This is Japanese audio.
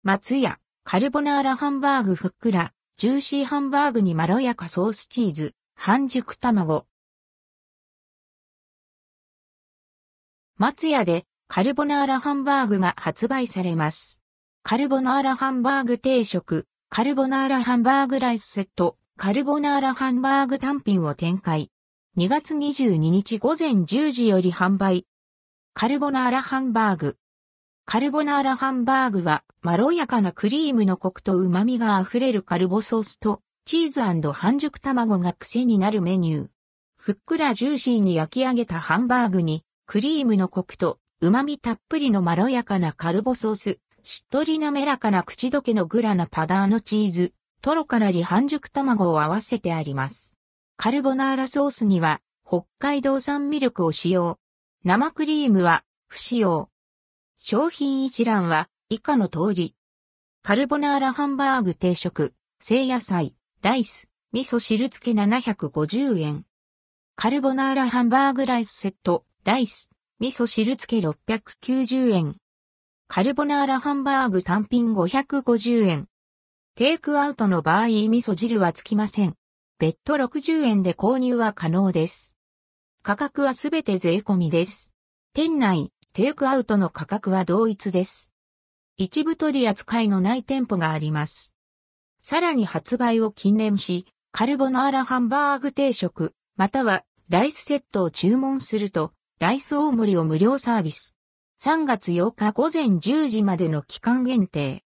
松屋、カルボナーラハンバーグふっくら、ジューシーハンバーグにまろやかソースチーズ、半熟卵。松屋でカルボナーラハンバーグが発売されます。カルボナーラハンバーグ定食、カルボナーラハンバーグライスセット、カルボナーラハンバーグ単品を展開。2月22日午前10時より販売。カルボナーラハンバーグ。カルボナーラハンバーグは、まろやかなクリームのコクと旨味があふれるカルボソースと、チーズ&半熟卵が癖になるメニュー。ふっくらジューシーに焼き上げたハンバーグに、クリームのコクと、旨味たっぷりのまろやかなカルボソース、しっとり滑らかな口どけのグラナパダーノチーズ、トロからり半熟卵を合わせてあります。カルボナーラソースには、北海道産ミルクを使用。生クリームは、不使用。商品一覧は以下の通り。カルボナーラハンバーグ定食、生野菜、ライス、味噌汁付け750円。カルボナーラハンバーグライスセット、ライス、味噌汁付け690円。カルボナーラハンバーグ単品550円。テイクアウトの場合味噌汁は付きません。別途60円で購入は可能です。価格はすべて税込みです。店内、テイクアウトの価格は同一です。一部取り扱いのない店舗があります。さらに発売を記念し、カルボナーラハンバーグ定食、またはライスセットを注文すると、ライス大盛りを無料サービス。3月8日午前10時までの期間限定。